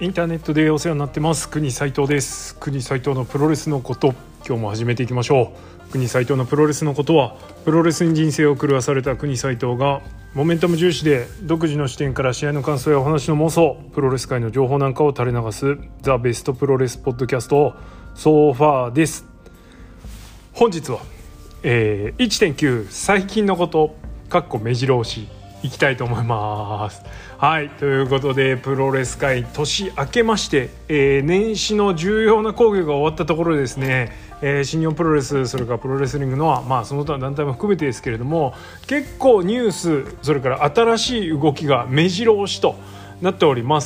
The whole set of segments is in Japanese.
インターネットでお世話になってます国斉藤です。国斉藤のプロレスのこと、今日も始めていきましょう。国斉藤のプロレスのことは、プロレスに人生を狂わされた国斉藤がモメンタム重視で独自の視点から試合の感想やお話の妄想、プロレス界の情報なんかを垂れ流すザ・ベストプロレスポッドキャストソファーです。本日は、1.9 最近のこと目白押しいきたいと思います。はい、ということでプロレス界年明けまして、年始の重要な興行が終わったところでですね、新日本プロレス、それからプロレスリングのその他団体も含めてですけれども、結構ニュース、それから新しい動きが目白押しとなっております。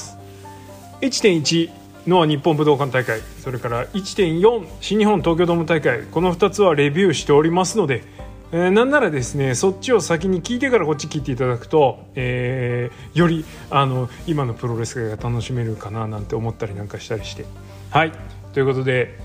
1.1 の日本武道館大会、それから 1.4 新日本東京ドーム大会、この2つはレビューしておりますので、なんならですね、そっちを先に聞いてからこっち聞いていただくと、より今のプロレス界が楽しめるかななんて思ったりなんかしたりして、はい、ということで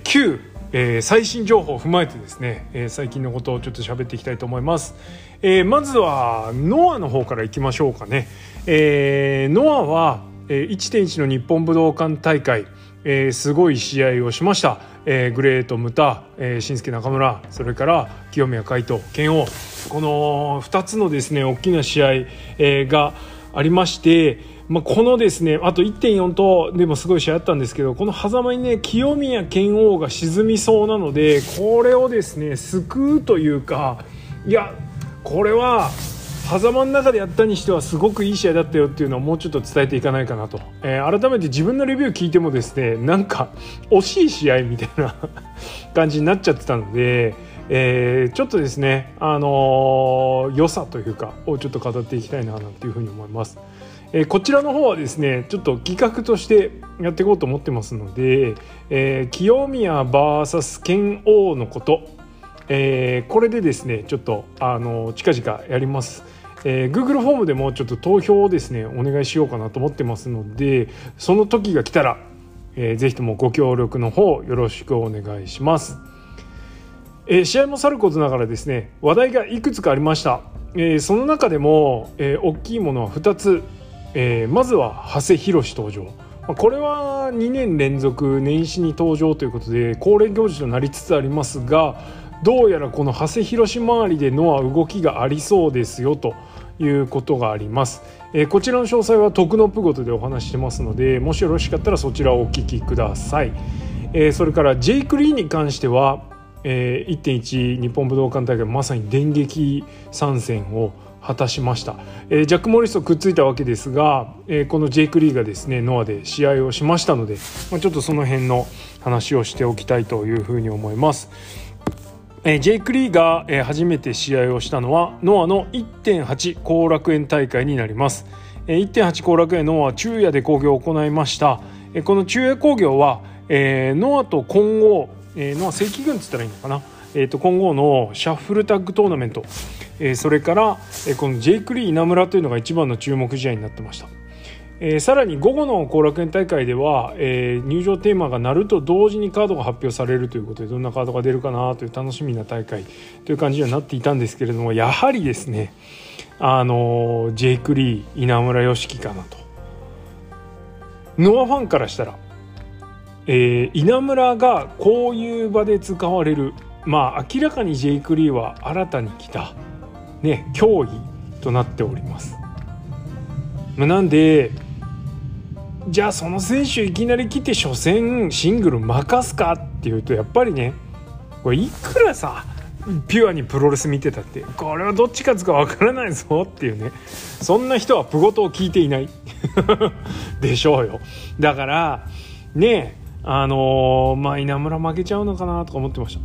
1.9、最新情報を踏まえてですね、最近のことをちょっと喋っていきたいと思います。まずはノアの方からいきましょうかね。ノアは、1.1 の日本武道館大会、すごい試合をしました。グレート・ムタ、新助中村、それから清宮海斗、剣王、この2つのですね大きな試合、がありまして、このですね、あと 1.4 とでもすごい試合あったんですけど、この狭間にね清宮剣王が沈みそうなので、これをですね救うというか、いやこれは狭間の中でやったにしてはすごくいい試合だったよっていうのをもうちょっと伝えていかないかなと、改めて自分のレビュー聞いてもですね、なんか惜しい試合みたいな感じになっちゃってたので、ちょっとですね、良さというかをちょっと語っていきたいななんていうふうに思います。こちらの方はですねちょっと企画としてやっていこうと思ってますので、清宮 VS 剣王のこと、これでですねちょっと近々やります。Google フォームでもちょっと投票をですねお願いしようかなと思ってますので、その時が来たら、ぜひともご協力の方よろしくお願いします。試合もさることながらですね、話題がいくつかありました。その中でも、大きいものは2つ。まずは長谷博登場。これは2年連続年始に登場ということで恒例行事となりつつありますが、どうやらこの長谷博周りでノア動きがありそうですよということがあります。こちらの詳細は徳のプごとでお話してますので、もしよろしかったらそちらをお聞きください。それからジェイク・リーに関しては、1.1 日本武道館大会まさに電撃参戦を果たしました。ジャック・モリスとくっついたわけですが、このジェイク・リーがですねノアで試合をしましたので、ちょっとその辺の話をしておきたいというふうに思います。ジェイク・リーが初めて試合をしたのはノアの 1.8 後楽園大会になります。 1.8 後楽園ノア昼夜で興行を行いました。この昼夜興行はノアと混合、ノア正規軍って言ったらいいのかな、混合のシャッフルタッグトーナメント、それからこのジェイク・リー稲村というのが一番の注目試合になってました。さらに午後の後楽園大会では、入場テーマが鳴ると同時にカードが発表されるということで、どんなカードが出るかなという楽しみな大会という感じにはなっていたんですけれども、やはりですねジェイク・リー稲村良樹かなと。ノアファンからしたら、稲村がこういう場で使われる、明らかにジェイク・リーは新たに来た、脅威となっております。なんでじゃあその選手いきなり来て初戦シングル任すかっていうと、やっぱりねこれいくらさピュアにプロレス見てたってこれはどっち勝つか分からないぞっていうね、そんな人はプゴトを聞いていないでしょうよ。だからね稲村負けちゃうのかなとか思ってました。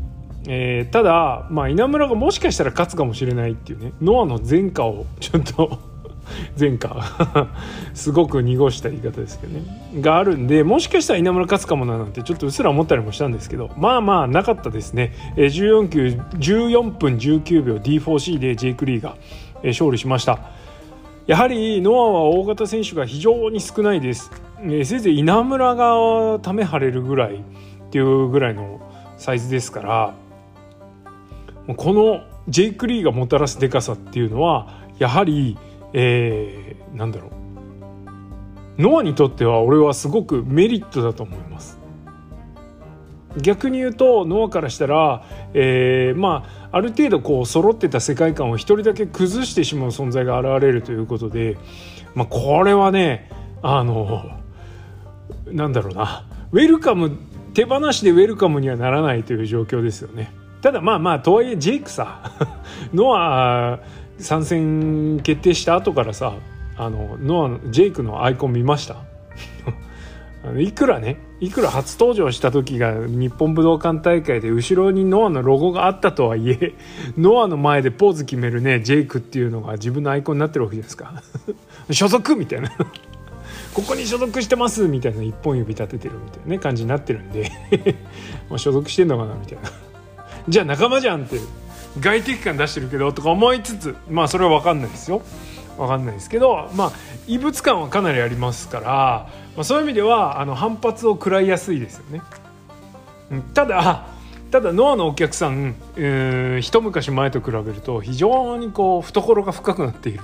ただ稲村がもしかしたら勝つかもしれないっていうね、ノアの前科をちょっと前科すごく濁した言い方ですけどねがあるんで、もしかしたら稲村勝つかもななんてちょっとうっすら思ったりもしたんですけど、なかったですね。14分19秒 D4C でジェイク・リーが勝利しました。やはりノアは大型選手が非常に少ないです。せいぜい稲村がため張れるぐらいっていうぐらいのサイズですから、このジェイク・リーがもたらすでかさっていうのはやはりノアにとっては俺はすごくメリットだと思います。逆に言うとノアからしたら、ある程度こう揃ってた世界観を一人だけ崩してしまう存在が現れるということで、これはねなんだろうな、ウェルカム、手放しでウェルカムにはならないという状況ですよね。ただとはいえジェイクさノア参戦決定した後からさ、ノアジェイクのアイコン見ましたいくら初登場した時が日本武道館大会で後ろにノアのロゴがあったとはいえ、ノアの前でポーズ決めるねジェイクっていうのが自分のアイコンになってるわけじゃないですか所属みたいなここに所属してますみたいな一本指立ててるみたいな、ね、感じになってるんで所属してんのかなみたいなじゃあ仲間じゃんって外敵感出してるけどとか思いつつ、それは分かんないですよ、分かんないですけど、異物感はかなりありますから、そういう意味では反発を食らいやすいですよね。ただノアのお客さん、一昔前と比べると非常にこう懐が深くなっている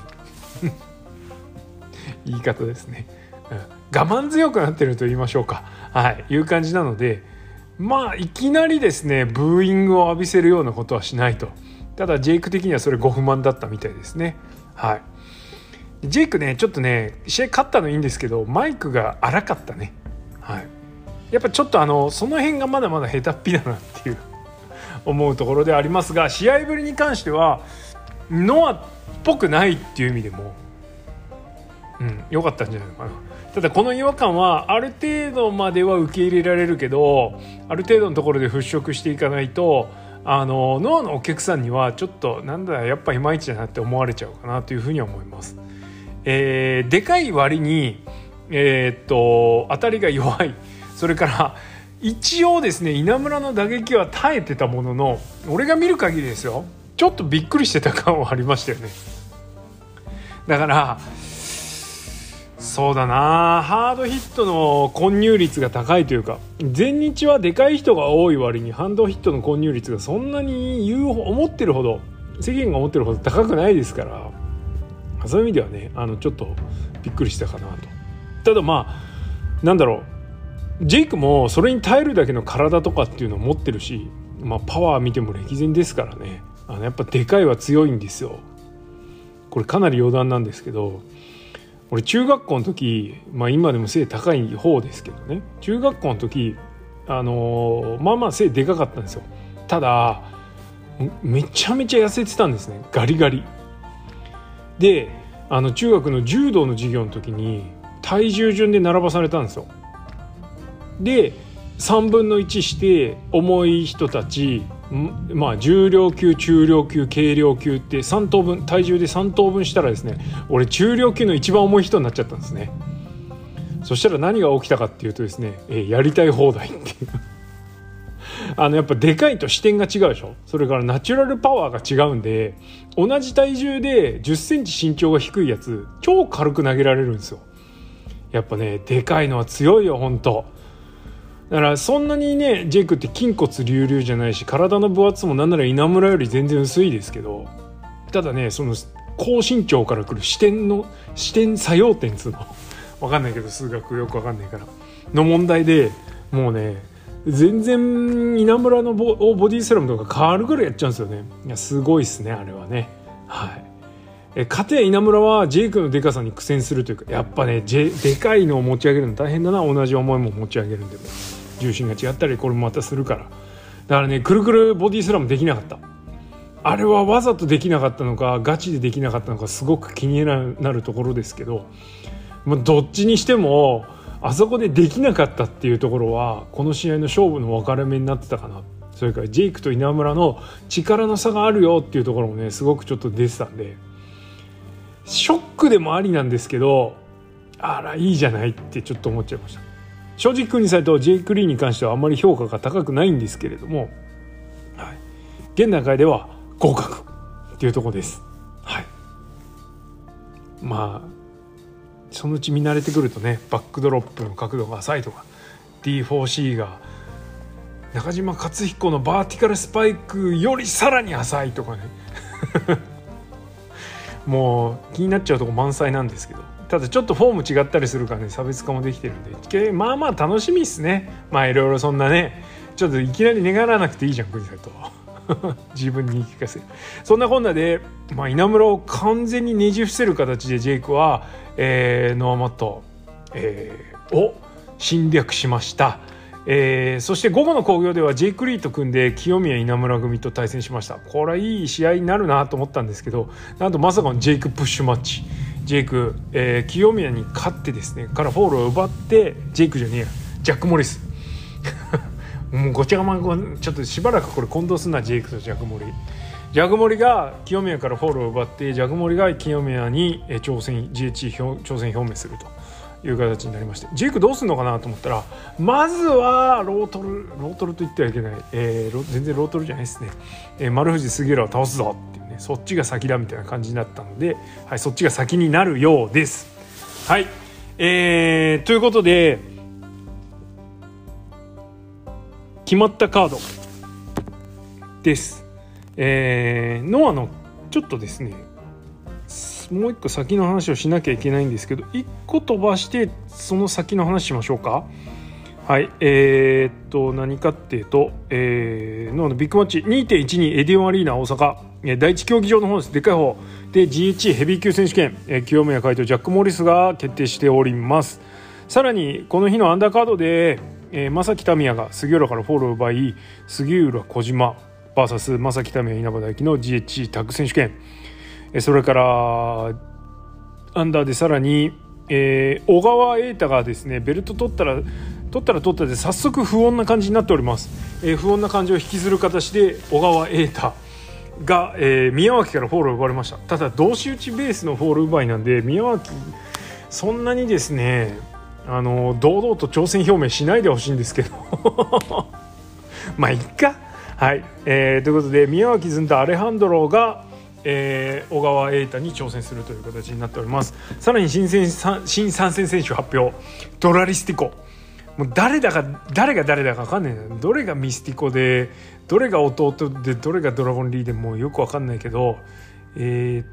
言い方ですね、我慢強くなっていると言いましょうか、いう感じなので、いきなりですねブーイングを浴びせるようなことはしないと。ただジェイク的にはそれご不満だったみたいですね。ジェイクねちょっとね試合勝ったのいいんですけどマイクが荒かったね。やっぱちょっとその辺がまだまだ下手っぴだなっていう思うところではありますが、試合ぶりに関してはノアっぽくないっていう意味でも良かったんじゃないのかな。ただこの違和感はある程度までは受け入れられるけど、ある程度のところで払拭していかないとノアのお客さんにはちょっとなんだやっぱいまいちだなって思われちゃうかなというふうには思います。でかい割に、当たりが弱い、それから一応ですね稲村の打撃は耐えてたものの、俺が見る限りですよちょっとびっくりしてた感はありましたよね。だからそうだな、ハードヒットの混入率が高いというか、全日はでかい人が多い割にハンドヒットの混入率がそんなに思ってるほど、世間が思ってるほど高くないですから、そういう意味ではねちょっとびっくりしたかなと。ただなんだろう、ジェイクもそれに耐えるだけの体とかっていうのを持ってるし、パワー見ても歴然ですからね、やっぱでかいは強いんですよ。これかなり余談なんですけど、俺中学校の時、今でも背高い方ですけどね、中学校の時背でかかったんですよ。ただめちゃめちゃ痩せてたんですね、ガリガリで。中学の柔道の授業の時に体重順で並ばされたんですよ。で3分の1して重い人たち、重量級、中量級、軽量級って3等分、体重で3等分したらですね、俺中量級の一番重い人になっちゃったんですね。そしたら何が起きたかっていうとですね、やりたい放題っていうやっぱでかいと視点が違うでしょ。それからナチュラルパワーが違うんで、同じ体重で10センチ身長が低いやつ超軽く投げられるんですよ。やっぱねでかいのは強いよ本当。だからそんなにねジェイクって筋骨隆々じゃないし、体の分厚さもなんなら稲村より全然薄いですけど、ただねその高身長から来る視点作用点つうの分かんないけど、数学よく分かんないからの問題で、もうね全然稲村のボディスラムとか変わるぐらいやっちゃうんですよね。いやすごいっすねあれはね。かたや稲村はジェイクのでかさに苦戦するというか、やっぱねでかいのを持ち上げるの大変だな。同じ重いも持ち上げるんでも重心が違ったりこれもまたするから、だからねくるくるボディスラムできなかった。あれはわざとできなかったのかガチでできなかったのかすごく気になるところですけど、どっちにしてもあそこでできなかったっていうところはこの試合の勝負の分かれ目になってたかな。それからジェイクと稲村の力の差があるよっていうところもねすごくちょっと出てたんで、ショックでもありなんですけど、あらいいじゃないってちょっと思っちゃいました。正直国際とジェイク・リーに関してはあんまり評価が高くないんですけれども、現段階では合格っていうところです。そのうち見慣れてくるとね、バックドロップの角度が浅いとか D4C が中島克彦のバーティカルスパイクよりさらに浅いとかねもう気になっちゃうとこ満載なんですけど、ただちょっとフォーム違ったりするからね、差別化もできてるんで、まあまあ楽しみですね。まあいろいろそんなね、ちょっといきなり願わなくていいじゃん国斎藤自分に言い聞かせる。そんなこんなで、稲村を完全にねじ伏せる形でジェイクは、ノアマット、を侵略しました。そして午後の興行ではジェイク・リーと組んで清宮稲村組と対戦しました。これはいい試合になるなと思ったんですけど、なんとまさかのジェイクプッシュマッチ。ジェイク、清宮に勝ってですねからフォールを奪って、ジェイクじゃねえやジャック・モリスもうごちゃがまちょっとしばらくこれ混同すんな、ジェイクとジャクモリが清宮からフォールを奪って、ジャクモリが清宮に挑戦 GH 挑戦表明するという形になりまして、ジェイクどうするのかなと思ったら、まずはロートルと言ってはいけない、全然ロートルじゃないですね、丸藤杉浦を倒すぞっていうね、そっちが先だみたいな感じになったので、はい、そっちが先になるようです。はい、ということで決まったカードです。ノアのちょっとですね、もう一個先の話をしなきゃいけないんですけど、一個飛ばしてその先の話しましょうか。はい、何かっていうと、ノアのビッグマッチ 2.12 エディオンアリーナ大阪、第一競技場の方です。でかい方で GH ヘビー級選手権、清宮海斗ジャック・モリスが決定しております。さらにこの日のアンダーカードで正木民也が杉浦からフォールを奪い、杉浦小島 VS 正木民也稲葉大輝の GH タッグ選手権、それからアンダーでさらに、小川瑛太がですねベルト取ったらで早速不穏な感じになっております。不穏な感じを引きずる形で小川瑛太が、宮脇からフォールを奪われました。ただ同士打ちベースのフォール奪いなんで、宮脇そんなにですね堂々と挑戦表明しないでほしいんですけどまあいっか。はい、ということで宮脇ずんとアレハンドロが、小川瑛太に挑戦するという形になっております。さらに新参戦選手発表、ドラリスティコ、もう誰が誰だか分かんないな。どれがミスティコでどれが弟でどれがドラゴンリーでもうよく分かんないけど、ギ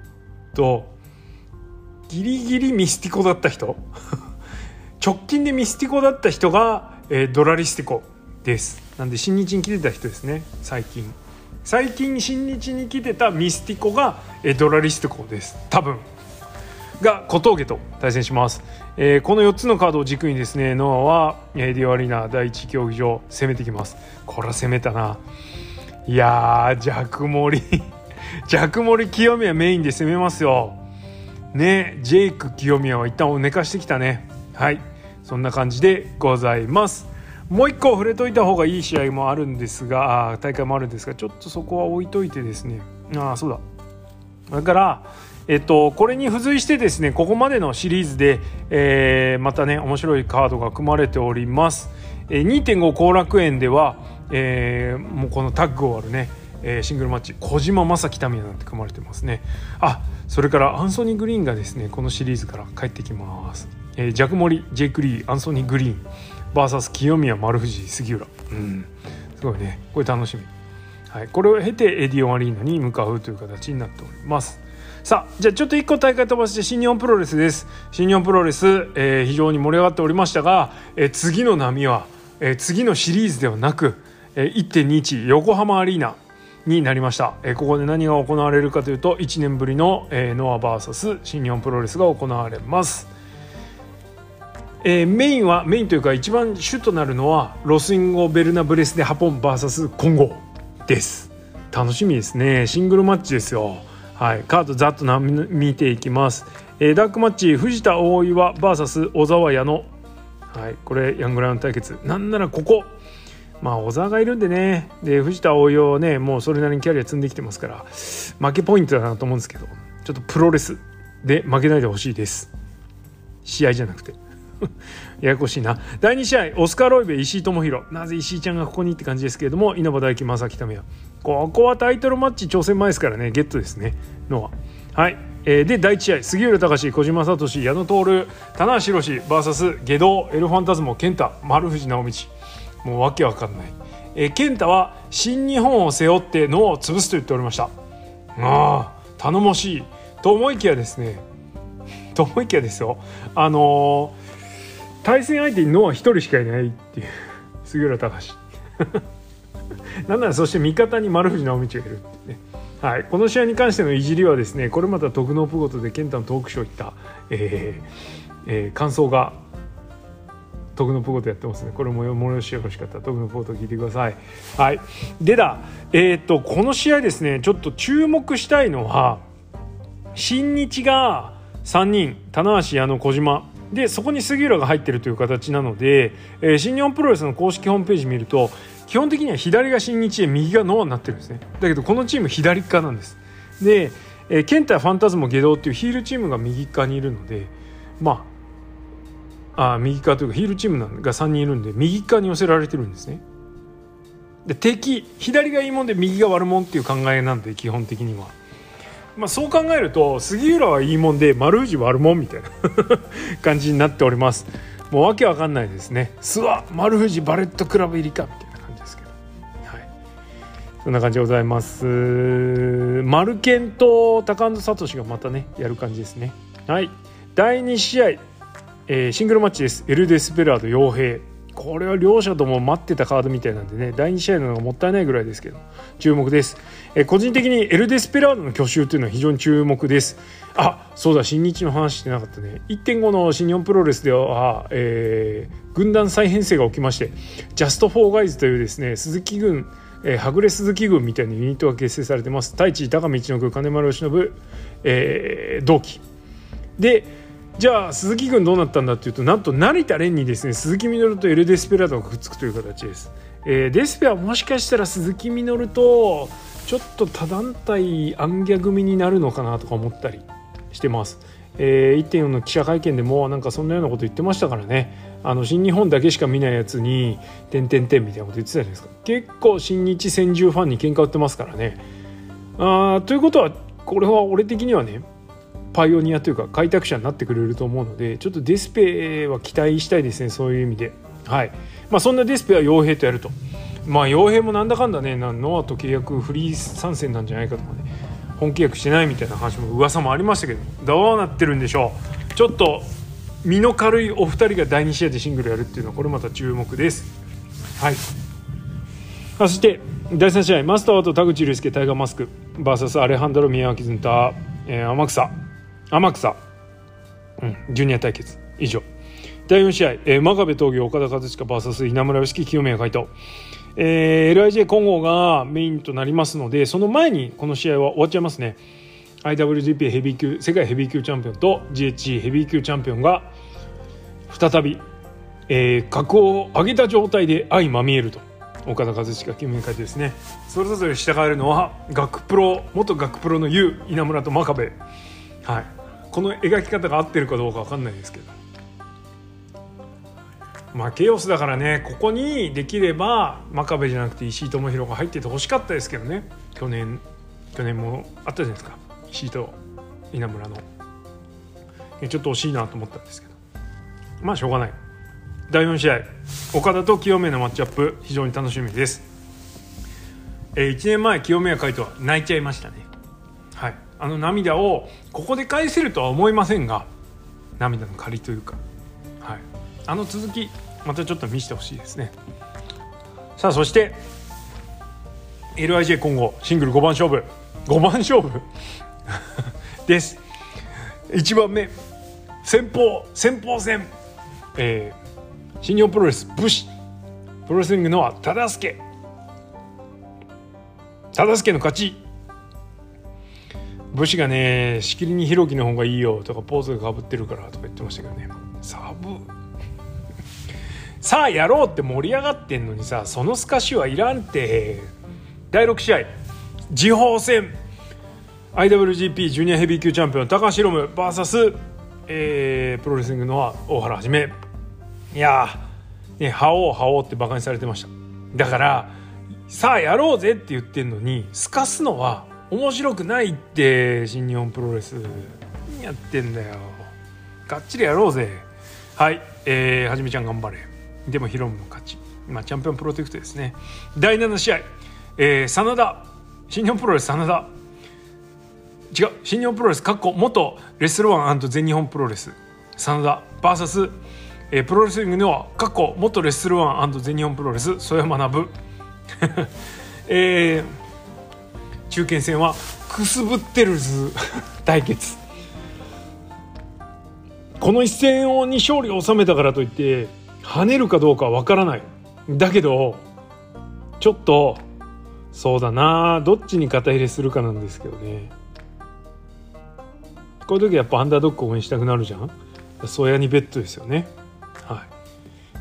リギリミスティコだった人直近でミスティコだった人が、ドラリスティコです。なんで新日に来てた人ですね。最近新日に来てたミスティコが、ドラリスティコです多分が小峠と対戦します。この4つのカードを軸にですね、ノアはディオアリーナ第一競技場攻めてきます。これは攻めたな。いやージャクモリ清宮メインで攻めますよね。ジェイク清宮は一旦寝かしてきたね。はい、そんな感じでございます。もう一個触れといた方がいい試合もあるんですが、大会もあるんですが、ちょっとそこは置いといてですね、そうだからこれに付随してですね、ここまでのシリーズで、またね面白いカードが組まれております。2.5 後楽園では、もうこのタッグを割るね、シングルマッチ小島正樹民也なんて組まれてますね。それからアンソニー・グリーンがですねこのシリーズから帰ってきます。ジャクモリ、ジェイク・リー、アンソニー・グリーン VS 清宮、丸藤、杉浦、すごいね、これ楽しみ。はい、これを経てエディオンアリーナに向かうという形になっております。さあ、じゃあちょっと1個大会飛ばして新日本プロレスです。新日本プロレス、非常に盛り上がっておりましたが、次の波は、次のシリーズではなく、1.21 横浜アリーナになりました。ここで何が行われるかというと、1年ぶりの、ノア VS 新日本プロレスが行われます。メインというか一番主となるのはロスインゴ・ベルナブレスでハポン VS 混合です。楽しみですね。シングルマッチですよ。はい、カードざっと見ていきます。ダークマッチ藤田大岩 VS 小沢矢野、はい、これヤングライオン対決。なんならここ小沢がいるんでね、で藤田大岩はねもうそれなりにキャリア積んできてますから負けポイントだなと思うんですけど、ちょっとプロレスで負けないでほしいです。試合じゃなくてややこしいな。第2試合オスカー・ロイベ石井智弘、なぜ石井ちゃんがここにって感じですけれども、稲葉大輝正木民也、ここはタイトルマッチ挑戦前ですからね、ゲットですねノア。はい、で第1試合杉浦隆、小島聡、矢野徹、棚橋宏 VS 下道エルファンタズモ健太、丸藤直道、もうわけわかんない。健太は新日本を背負ってノアを潰すと言っておりました。頼もしい。 と思いきやですよ対戦相手にノア1人しかいないっていう杉浦隆なんならそして味方に丸藤直道がいるっていうね。はい、この試合に関してのいじりはですね、これまた徳のプゴトで健太のトークショー行った、感想が徳のプゴトやってますね。これもよしよろしかったら徳のプゴト聞いてください。はい、でこの試合ですね、ちょっと注目したいのは新日が3人、棚橋、矢野、小島で、そこに杉浦が入ってるという形なので、新日本プロレスの公式ホームページ見ると基本的には左が新日で右がノアになってるんですね。だけどこのチーム左側なんです。で、ケンタやファンタズモゲドウっていうヒールチームが右側にいるので、右側というかヒールチームが3人いるんで右側に寄せられてるんですね。で、左がいいもんで右が悪もんっていう考えなんで、基本的にはそう考えると杉浦はいいもんで丸藤悪もんみたいな感じになっております。もうわけわかんないですね。丸藤バレットクラブ入りかみたいな感じですけど、はい、そんな感じでございます。丸健と高安聡がまたねやる感じですね。はい、第2試合、シングルマッチです。エル・デスペラード傭兵、これは両者とも待ってたカードみたいなんでね、第2試合なのがもったいないぐらいですけど注目です。個人的にエル・デスペラードの去就というのは非常に注目です。そうだ、新日の話してなかったね。 1.5 の新日本プロレスでは、軍団再編成が起きまして、ジャスト・フォー・ガイズというですね、鈴木軍、はぐれ鈴木軍みたいなユニットが結成されてます。太一、高見一之宮、金丸義信、同期で、じゃあ鈴木軍どうなったんだっていうと、なんと成田蓮にですね、鈴木みのるとエル・デスペラードがくっつくという形です。デスペはもしかしたら鈴木みのるとちょっと他団体アンギャ組になるのかなとか思ったりしてます。1.4 の記者会見でもなんかそんなようなこと言ってましたからね。新日本だけしか見ないやつに点々点みたいなこと言ってたじゃないですか。結構新日専従ファンに喧嘩売ってますからね。ということはこれは俺的にはね、パイオニアというか開拓者になってくれると思うので、ちょっとデスペは期待したいですね、そういう意味で。はい、そんなデスペは傭兵とやると。傭兵もなんだかんだね、ノアと契約フリー参戦なんじゃないかとかね、本契約してないみたいな話も噂もありましたけど、どうなってるんでしょう。ちょっと身の軽いお二人が第2試合でシングルやるっていうのはこれまた注目です。はい、そして第3試合、マスターと田口竜介タイガーマスク VS アレハンドロ宮脇ズンタ、天草、ジュニア対決以上。第4試合、真壁闘技岡田和親 VS 稲村良樹清宮海斗、LIJ 混合がメインとなりますので、その前にこの試合は終わっちゃいますね。 IWGP ヘビー級世界ヘビー級チャンピオンと GHC ヘビー級チャンピオンが再び、格を上げた状態で相まみえると。岡田和親清宮海斗ですね。それぞれ従えるのは元学プロの稲村と真壁。はい、この描き方が合ってるかどうか分かんないですけど、ケオスだからね、ここにできれば真壁じゃなくて石井智弘が入っててほしかったですけどね。去年もあったじゃないですか、石井と稲村の。ちょっと惜しいなと思ったんですけど、しょうがない。第4試合、岡田と清宮のマッチアップ、非常に楽しみです。1年前清宮海斗は泣いちゃいましたね。はい、涙をここで返せるとは思いませんが、涙の借りというか、はい、続きまたちょっと見せてほしいですね。さあ、そして LIJ 混合シングル5番勝負です。1番目、先鋒戦、新日本プロレス武士プロレスリングの忠助の勝ち。武士がね、しきりに弘樹の方がいいよとかポーズがかぶってるからとか言ってましたけどね、さあやろうって盛り上がってんのにさ、そのスカシはいらんって。第6試合、次鋒戦 IWGP ジュニアヘビー級チャンピオン高橋宏夢 VS、プロレスリングの大原はじめ。いやー、覇王ってバカにされてました。だからさあやろうぜって言ってんのにすかすのは面白くないって。新日本プロレス何やってんだよ、がっちりやろうぜ。はい、はじめちゃん頑張れ。でもヒロムの勝ち。チャンピオンプロテクトですね。第7試合、真田、新日本プロレス真田、 新日本プロレス元レッスルワン&全日本プロレス真田 VS、プロレスリングでは元レッスルワン&全日本プロレス曽谷学中堅戦はくすぶってるズ対決。この一戦に勝利を収めたからといって跳ねるかどうかは分からない。だけどちょっとそうだな、どっちに肩入れするかなんですけどね。こういう時やっぱアンダードッグを応援したくなるじゃん。曽谷にベットですよね。はい。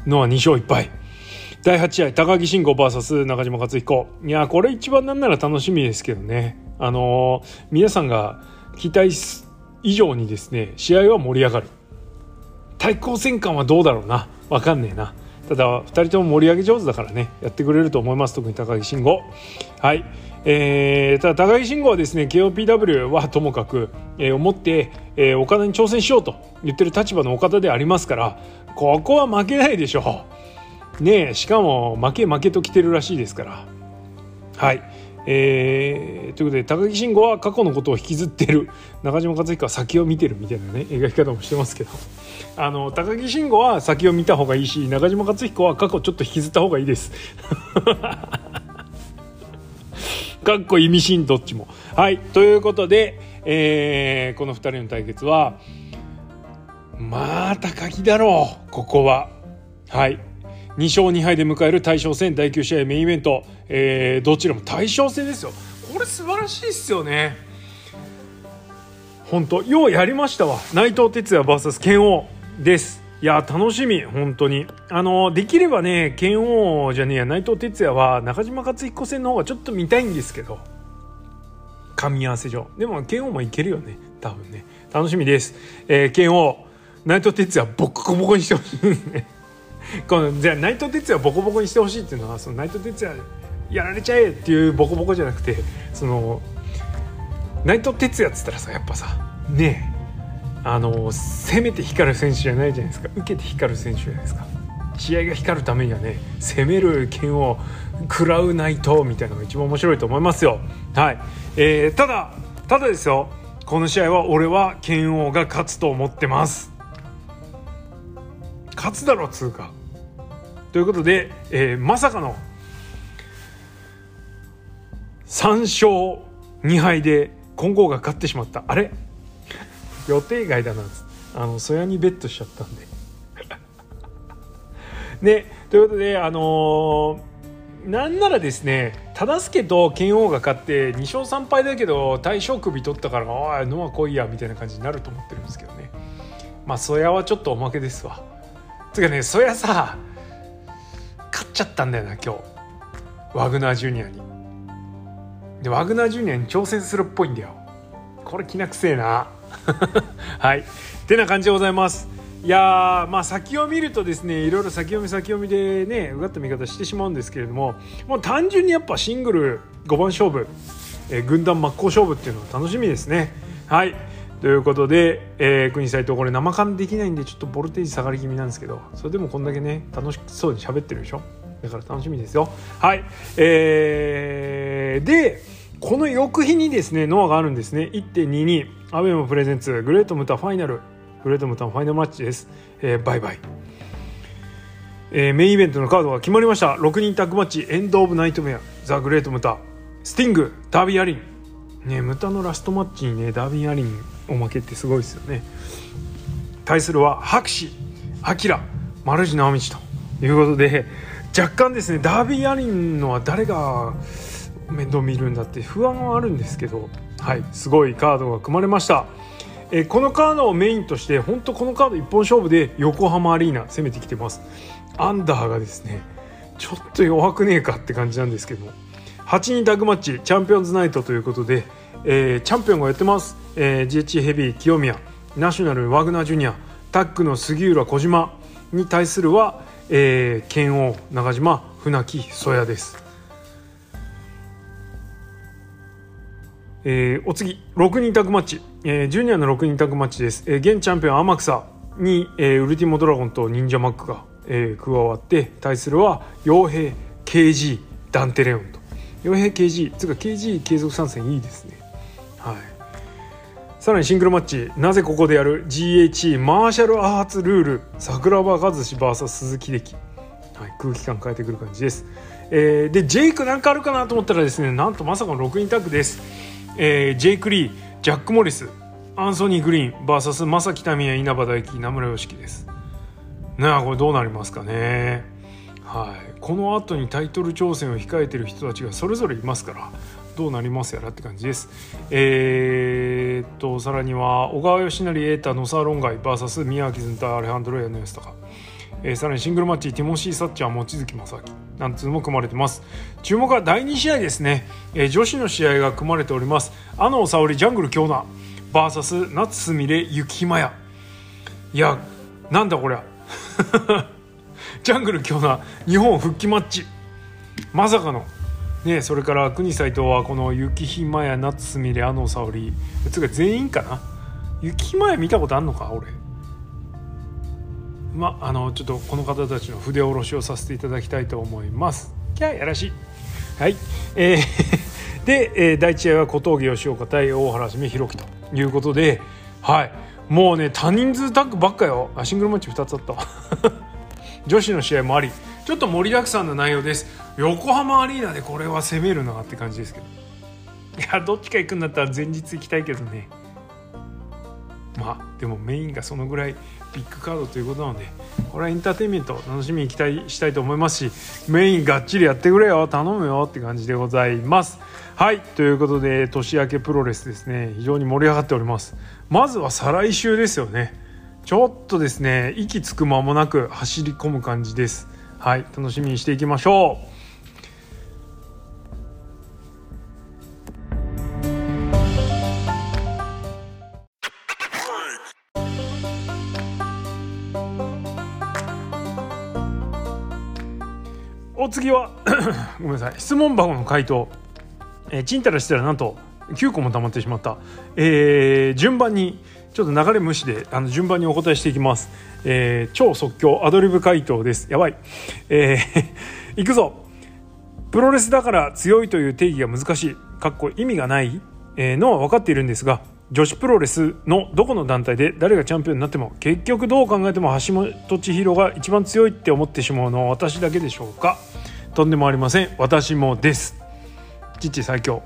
ノア2勝1敗。第8試合高木慎吾 VS 中島克彦。いやこれ一番なんなら楽しみですけどね。皆さんが期待以上にですね試合は盛り上がる。対抗戦感はどうだろうな、分かんねえな。ただ2人とも盛り上げ上手だからね、やってくれると思います。特に高木慎吾。はい。ただ高木慎吾はですね KOPW はともかく、思って、岡田に挑戦しようと言ってる立場の岡田でありますから、ここは負けないでしょうね。しかも負けと来てるらしいですから。はい。ということで高木慎吾は過去のことを引きずっている、中島克彦は先を見てるみたいなね描き方もしてますけど、高木慎吾は先を見た方がいいし、中島克彦は過去ちょっと引きずった方がいいですかっこ意味深どっちも。はい、ということで、この2人の対決はまあ高木だろう、ここは。はい、2勝2敗で迎える大将戦第9試合メインイベント、どちらも大将戦ですよ。これ素晴らしいっすよね。本当ようやりましたわ。内藤哲也 VS 拳王です。いや楽しみ本当に。できればね拳王じゃねえや内藤哲也は中島克彦戦の方がちょっと見たいんですけど、噛み合わせ上でも拳王もいけるよね多分ね。楽しみです。拳王内藤哲也ボコボコにしてほしいですねじゃあ内藤哲也ボコボコにしてほしいっていうのは、その内藤哲也やられちゃえっていうボコボコじゃなくて、その内藤哲也っつったらさやっぱさねえ攻めて光る選手じゃないじゃないですか、受けて光る選手じゃないですか。試合が光るためにはね攻める剣を食らう内藤みたいなのが一番面白いと思いますよ。はい。ただですよ、この試合は俺は剣王が勝つと思ってます。勝つだろつうか。ということで、まさかの3勝2敗で金剛が勝ってしまった。あれ予定外だな。曽谷にベットしちゃったんでね。ということでなんならですね忠相と拳王が勝って2勝3敗だけど大将首取ったからおいノア来いやみたいな感じになると思ってるんですけどね。まあ曽谷はちょっとおまけですわ。つうかね曽谷さ勝っちゃったんだよな今日ワグナージュニアに。でワグナージュニアに挑戦するっぽいんだよ。これきなくせえなはいってな感じでございます。いやまあ先を見るとですねいろいろ先読みでねうがった見方してしまうんですけれども、もう単純にやっぱシングル5番勝負、軍団真っ向勝負っていうのは楽しみですね。はいということで、国斉藤これ生感できないんでちょっとボルテージ下がり気味なんですけど、それでもこんだけね楽しそうに喋ってるでしょ。だから楽しみですよ。はい、でこの翌日にですねノアがあるんですね。 1.22 アベマプレゼンツグレートムタファイナルマッチです。バイバイ。メインイベントのカードが決まりました。6人タッグマッチエンドオブナイトメアザ・グレートムタスティングダービーアリンね、ムタのラストマッチにねダービーアリンおまけってすごいですよね。対するは博士アキラ丸地直道ということで、若干ですねダービーアリンのは誰が面倒見るんだって不安はあるんですけど、はいすごいカードが組まれました。このカードをメインとして本当このカード一本勝負で横浜アリーナ攻めてきてます。アンダーがですねちょっと弱くねえかって感じなんですけども、8人タッグマッチチャンピオンズナイトということで、チャンピオンがやってます。GH ヘビー清宮ナショナルワグナージュニアタッグの杉浦小島に対するは、拳王中島船木曽谷です。お次6人タッグマッチ、ジュニアの6人タッグマッチです。現チャンピオン天草に、ウルティモドラゴンと忍者マックが、加わって対するは傭兵 KG ダンテレオンと。傭兵 KG つうか KG 継続参戦いいですね。はいさらにシングルマッチ、なぜここでやる GHC マーシャルアーツルール、桜庭和志 VS 鈴木力、はい、空気感変えてくる感じです。でジェイクなんかあるかなと思ったらですね、なんとまさかの6人タッグです。ジェイク・リー、ジャック・モリス、アンソニー・グリーン VS 正木民也、稲葉大輝、名村良樹ですね。これどうなりますかね。はい、この後にタイトル挑戦を控えている人たちがそれぞれいますから、どうなりますやらって感じです。さらには小川義成、瑛太、野沢論外 VS 宮脇ずんた、アレハンドロ・ヤノヤスタカ、さらにシングルマッチ、ティモシー・サッチャー、望月正明なんつうのも組まれてます。注目は第2試合ですね。女子の試合が組まれております。安納沙織、ジャングル京奈 VS 夏すみれ、雪ひまや。いや、なんだこりゃジャングル京奈日本復帰マッチ、まさかのね。それから国斉藤はこの雪ひまや、夏すみれ、安納沙織、つうか全員かな。雪ひまや見たことあんのか俺。ちょっとこの方たちの筆下ろしをさせていただきたいと思います。やらしい。はい、で、第1試合は小峠吉岡対大原姫弘樹ということで、はい、もうね多人数タッグばっかよ。シングルマッチ2つあった女子の試合もあり、ちょっと盛りだくさんな内容です。横浜アリーナでこれは攻めるなって感じですけど、いやどっちか行くんだったら前日行きたいけどね。でもメインがそのぐらいビッグカードということなので、これはエンターテインメント楽しみに期待したいと思いますし、メインがっちりやってくれよ、頼むよって感じでございます。はい、ということで年明けプロレスですね、非常に盛り上がっております。まずは再来週ですよね。ちょっとですね息つく間もなく走り込む感じです。はい、楽しみにしていきましょう。お次はごめんなさい、質問箱の回答、ちんたらしたらなんと9個も溜まってしまった。順番にちょっと流れ無視で順番にお答えしていきます。超即興アドリブ回答です。やばい。いくぞ。プロレスだから強いという定義が難しい意味がないのは分かっているんですが、女子プロレスのどこの団体で誰がチャンピオンになっても結局どう考えても橋本千尋が一番強いって思ってしまうのは私だけでしょうか。とんでもありません、私もです。父最強。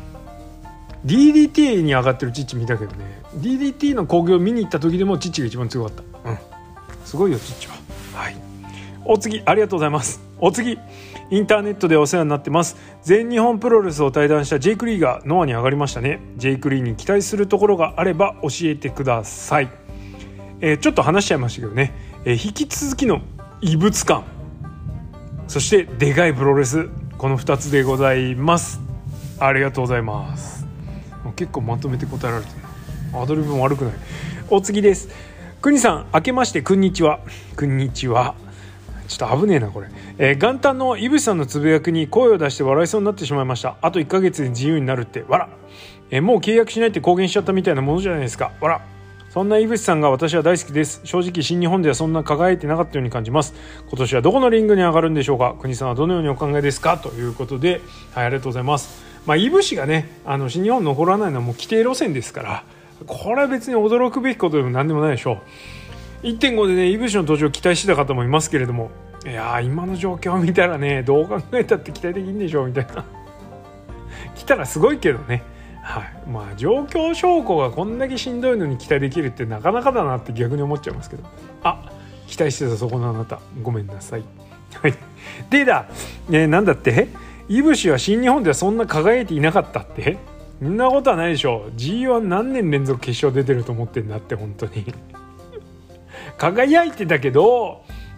DDT に上がってる父見たけどね、 DDT の興行見に行った時でも父が一番強かった。すごいよ父は。はい、お次ありがとうございます。お次、インターネットでお世話になってます。全日本プロレスを退団したジェイク・リーがノアに上がりましたね。ジェイク・リーに期待するところがあれば教えてください。ちょっと話しちゃいましたけどね、引き続きの異物感、そしてでかいプロレス、この2つでございます。ありがとうございます。結構まとめて答えられてる。アドリブも悪くない。お次です。国さん明けましてこんにちは。こんにちは。ちょっと危ねえなこれ。元旦の井渕さんのつぶやきに声を出して笑いそうになってしまいました。あと1ヶ月で自由になるって笑。もう契約しないって公言しちゃったみたいなものじゃないですか。笑。そんな井渕さんが私は大好きです。正直新日本ではそんな輝いてなかったように感じます。今年はどこのリングに上がるんでしょうか。国さんはどのようにお考えですか、ということで、はい、ありがとうございます。井渕がね新日本残らないのはもう規定路線ですから、これは別に驚くべきことでも何でもないでしょう。 1.5 でね井渕の登場を期待してた方もいますけれども、いや今の状況を見たらねどう考えたって期待できんでしょうみたいな来たらすごいけどね。はい、状況証拠がこんだけしんどいのに期待できるってなかなかだなって逆に思っちゃいますけど、期待してたそこのあなたごめんなさい。はい、でなんだって井渕は新日本ではそんな輝いていなかったって、そんなことはないでしょう。 G1 何年連続決勝出てると思ってんだって本当に輝いてたけど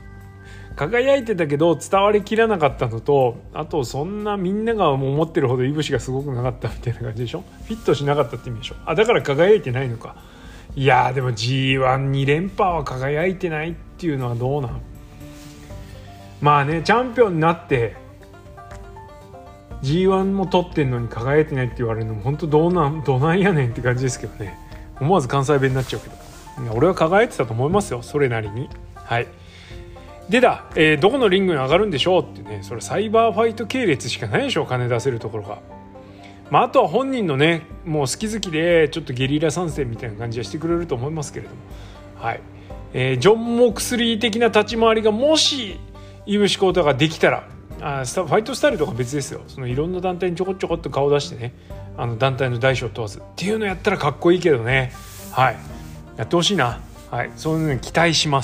伝わりきらなかったのと、あとそんなみんなが思ってるほど井渕がすごくなかったみたいな感じでしょ。フィットしなかったって意味でしょ。だから輝いてないのか。いやでも G12 連覇は輝いてないっていうのはどうなん。チャンピオンになって G1 も取ってんのに輝いてないって言われるのも本当どないやねんって感じですけどね。思わず関西弁になっちゃうけど、俺は輝いてたと思いますよ、それなりに。はい、でどこのリングに上がるんでしょうってね、それサイバーファイト系列しかないでしょ、金出せるところが。 あとは本人のねもう好き好きでちょっとゲリラ参戦みたいな感じはしてくれると思いますけれども、はい、ジョン・モクスリー的な立ち回りがもしイブシコータができたら、ファイトスタイルとか別ですよ。そのいろんな団体にちょこちょこっと顔出してね、団体の大小問わずっていうのやったらかっこいいけどね、はい、やってほしいな、はい、そういうのに期待します。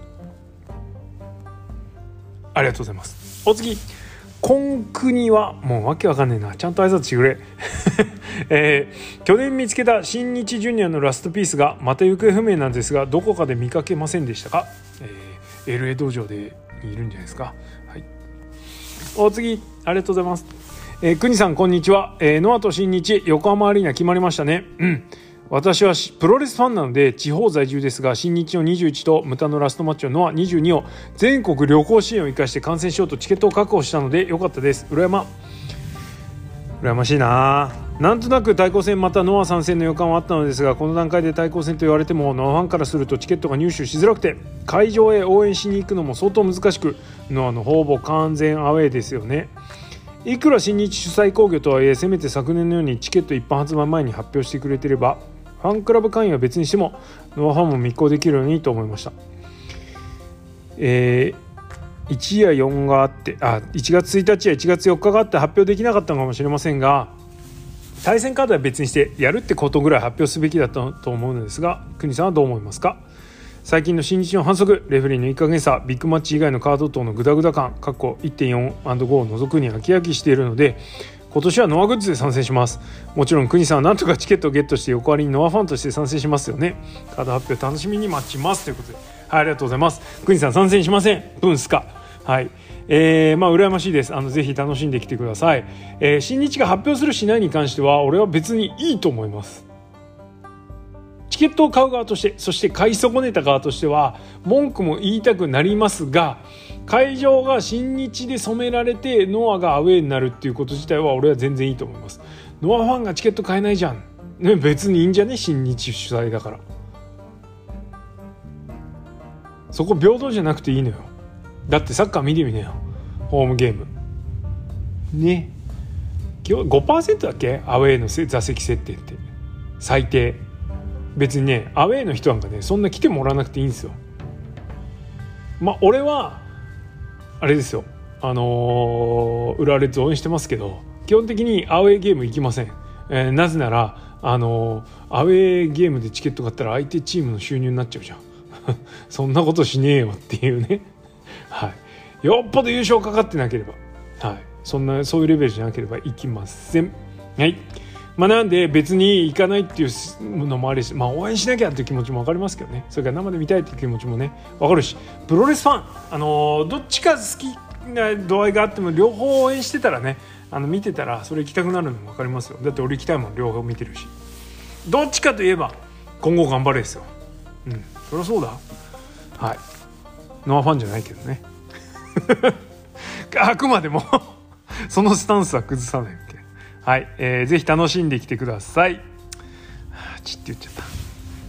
ありがとうございます。お次、コンクニはもうわけわかんねえな、ちゃんと挨拶してくれ、去年見つけた新日ジュニアのラストピースがまた行方不明なんですが、どこかで見かけませんでしたか。LA 道場でいるんじゃないですか。はい、お次、ありがとうございます。国さんこんにちは。ノアと新日横浜アリーナ決まりましたね。私はプロレスファンなので地方在住ですが、新日の21とムタのラストマッチのノア22を全国旅行支援を生かして観戦しようとチケットを確保したので良かったです。羨ましいな。なんとなく対抗戦またノア参戦の予感はあったのですが、この段階で対抗戦と言われてもノアファンからするとチケットが入手しづらくて、会場へ応援しに行くのも相当難しく、ノアのほぼ完全アウェーですよね。いくら新日主催興行とはいえ、せめて昨年のようにチケット一般発売前に発表してくれていれば、ファンクラブ会員は別にしてもノアファンも密航できるようにと思いました。1や4があって、1月1日や1月4日があって発表できなかったのかもしれませんが、対戦カードは別にしてやるってことぐらい発表すべきだったと思うのですが、国さんはどう思いますか。最近の新日の反則、レフェリーのいい加減さ、ビッグマッチ以外のカード等のグダグダ感 1.4&5 を除くに飽き飽きしているので、今年はノアグッズで参戦します。もちろん国さんはなんとかチケットをゲットして横割りにノアファンとして参戦しますよね。カード発表楽しみに待ちますということで、はい、ありがとうございます。国さん参戦しません。ブンスカ、はい、羨ましいです。ぜひ楽しんできてください。新日が発表するしないに関しては俺は別にいいと思います。チケットを買う側として、そして買い損ねた側としては文句も言いたくなりますが、会場が新日で染められてノアがアウェーになるっていうこと自体は俺は全然いいと思います。ノアファンがチケット買えないじゃん、ね、別にいいんじゃね、新日主催だから。そこ平等じゃなくていいのよ。だってサッカー見てみなよ、ホームゲームね。5% だっけ、アウェーの座席設定って最低。別にね、アウェーの人なんかねそんな来てもらわなくていいんですよ。俺はあれですよ、浦和レッズ応援してますけど、基本的にアウェーゲーム行きません。なぜならアウェーゲームでチケット買ったら相手チームの収入になっちゃうじゃんそんなことしねえよっていうねはい、よっぽど優勝かかってなければ、はい、そういうレベルじゃなければ行きません。はい、なんで別に行かないっていうのもあるし、応援しなきゃっていう気持ちも分かりますけどね。それから生で見たいっていう気持ちもね分かるし、プロレスファン、どっちか好きな度合いがあっても両方応援してたらね、見てたらそれ行きたくなるのも分かりますよ。だって俺行きたいもん、両方見てるし。どっちかといえば今後頑張れですよ。そりゃそうだ。はい、ノアファンじゃないけどねあくまでもそのスタンスは崩さないわけ。はい、ぜひ楽しんできてください。チって言っちゃった、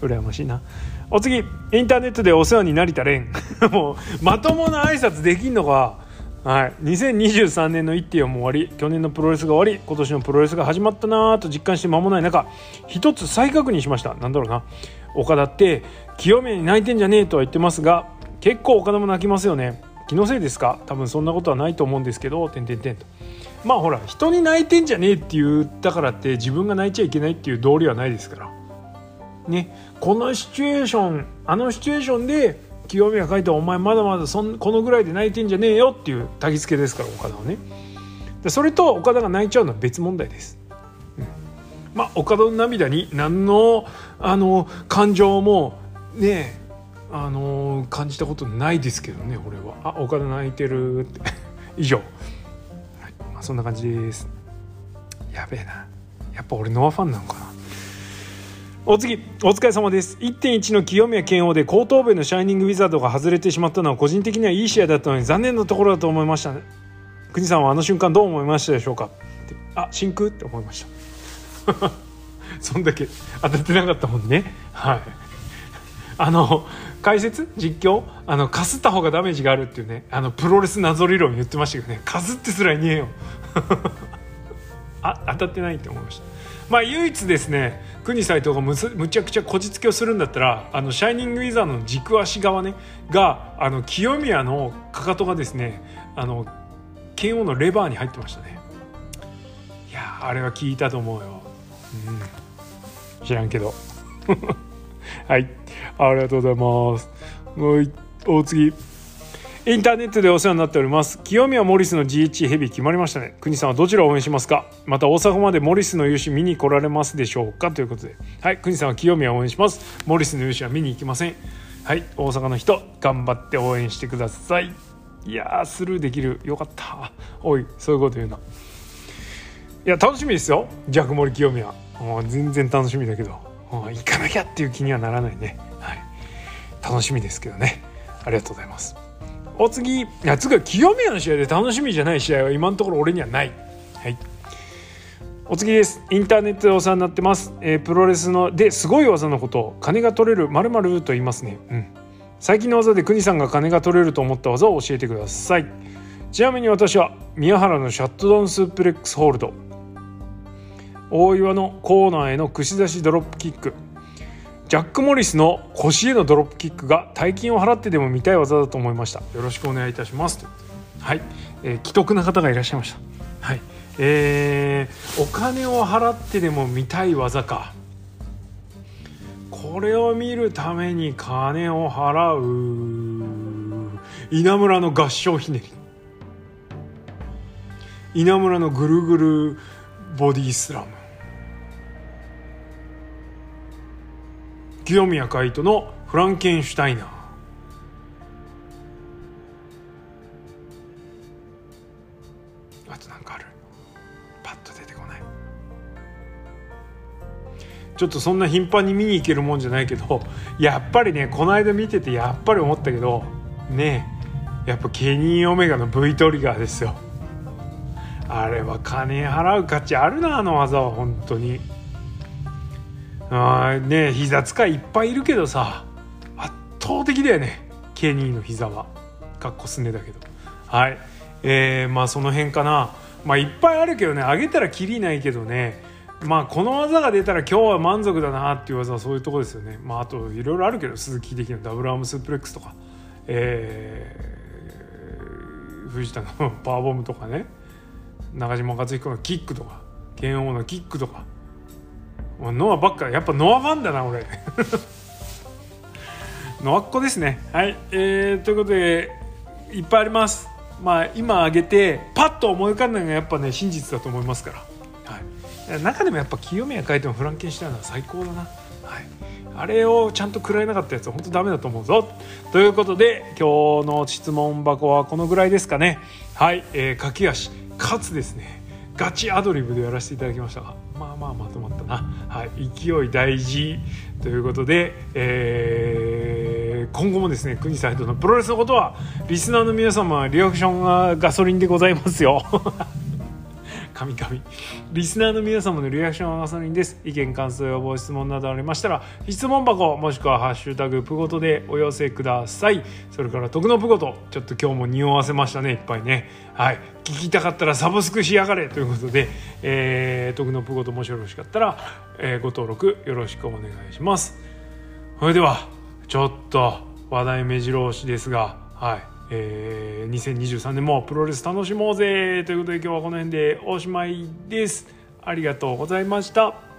羨ましいな。お次、インターネットでお世話になりたれんもうまともな挨拶できんのか。はい、2023年の1.4も終わり、去年のプロレスが終わり、今年のプロレスが始まったなと実感して間もない中、一つ再確認しました。なんだろうな、岡田って清宮に泣いてんじゃねえとは言ってますが、結構岡田も泣きますよね。気のせいですか。多分そんなことはないと思うんですけど、とほら、人に泣いてんじゃねえって言ったからって自分が泣いちゃいけないっていう道理はないですからね。このシチュエーション、シチュエーションで清宮が書いたお前まだまだこのぐらいで泣いてんじゃねえよっていう焚き付けですから、岡田はね。でそれと岡田が泣いちゃうのは別問題です。岡田の涙に何の感情もね感じたことないですけどね、俺は。岡田泣いてるって以上、はい、そんな感じです。やべえな、やっぱ俺ノアファンなのかな。お次、お疲れ様です。 1.1 の清宮健王で後頭部のシャイニングウィザードが外れてしまったのは個人的にはいい試合だったのに残念なところだと思いましたね。国さんは瞬間どう思いましたでしょうか。真空って思いましたそんだけ当たってなかったもんね。はい、解説実況かすった方がダメージがあるっていうね、プロレス謎理論言ってましたけどね、かすってすらいねえよ当たってないと思いました。唯一ですね、国斉藤がむちゃくちゃこじつけをするんだったら、シャイニングウィザードの軸足側ねが清宮のかかとがですね剣王のレバーに入ってましたね。いやあれは効いたと思うよ、知らんけどはいありがとうございます。お次、インターネットでお世話になっております。清宮モリスの GH ヘビー決まりましたね。国さんはどちらを応援しますか？また大阪までモリスの勇姿見に来られますでしょうか、ということで、はい、国さんは清宮を応援します。モリスの勇姿は見に行きません。はい、大阪の人頑張って応援してください。いやスルーできる、よかった。おい、そういうこと言うな。いや楽しみですよ、ジャクモリ清宮。全然楽しみだけど、行かなきゃっていう気にはならないね。はい、楽しみですけどね。ありがとうございます。お次は清宮の試合で楽しみじゃない試合は今のところ俺にはない。はい、お次です。インターネットでお世話になってます。プロレスのですごい技のことを金が取れる〇〇と言いますね。最近の技で国さんが金が取れると思った技を教えてください。ちなみに私は宮原のシャットダウンスープレックスホールド、大岩のコーナーへの串刺しドロップキック、ジャック・モリスの腰へのドロップキックが大金を払ってでも見たい技だと思いました。よろしくお願いいたします。はい、既得な方がいらっしゃいました。はい、お金を払ってでも見たい技か。これを見るために金を払う。稲村の合掌ひねり、稲村のぐるぐるボディスラム、清宮海斗のフランケンシュタイナー、あとなんかある？パッと出てこない。ちょっとそんな頻繁に見に行けるもんじゃないけど、やっぱりね、この間見ててやっぱり思ったけどね、やっぱケニー・オメガの V トリガーですよ。あれは金払う価値あるな、あの技は本当に。ね、膝使いいっぱいいるけどさ、圧倒的だよね、ケニーの膝は。かっこすねだけど。はい、その辺かな。いっぱいあるけどね、あげたらキリないけどね、この技が出たら今日は満足だなっていう技はそういうところですよね。あといろいろあるけど、鈴木的なダブルアームスープレックスとか、藤田のパワーボムとかね、中島克彦のキックとか、剣王のキックとか、ノアばっか、やっぱノアファンだな俺ノアっ子ですね。はい、ということでいっぱいあります。今挙げてパッと思い浮かんだのがやっぱね真実だと思いますから、はい、中でもやっぱ清宮海斗のフランケンシュタイナーは最高だな。はい、あれをちゃんと食らえなかったやつは本当ダメだと思うぞ。ということで今日の質問箱はこのぐらいですかね。はい、駆け足かつですねガチアドリブでやらせていただきましたが、まとまったな。はい、勢い大事ということで、今後もですね国サイトのプロレスのことはリスナーの皆様リアクションがガソリンでございますよ神々リスナーの皆様のリアクションはガソリンです。意見感想要望質問などありましたら質問箱もしくはハッシュタグプゴトでお寄せください。それから徳のプゴト、ちょっと今日も匂わせましたね、いっぱいね。はい、聞きたかったらサブスクしやがれということで、徳のプゴトもしよろしかったら、ご登録よろしくお願いします。それではちょっと話題目白押しですが、はい、2023年もプロレス楽しもうぜということで今日はこの辺でおしまいです。ありがとうございました。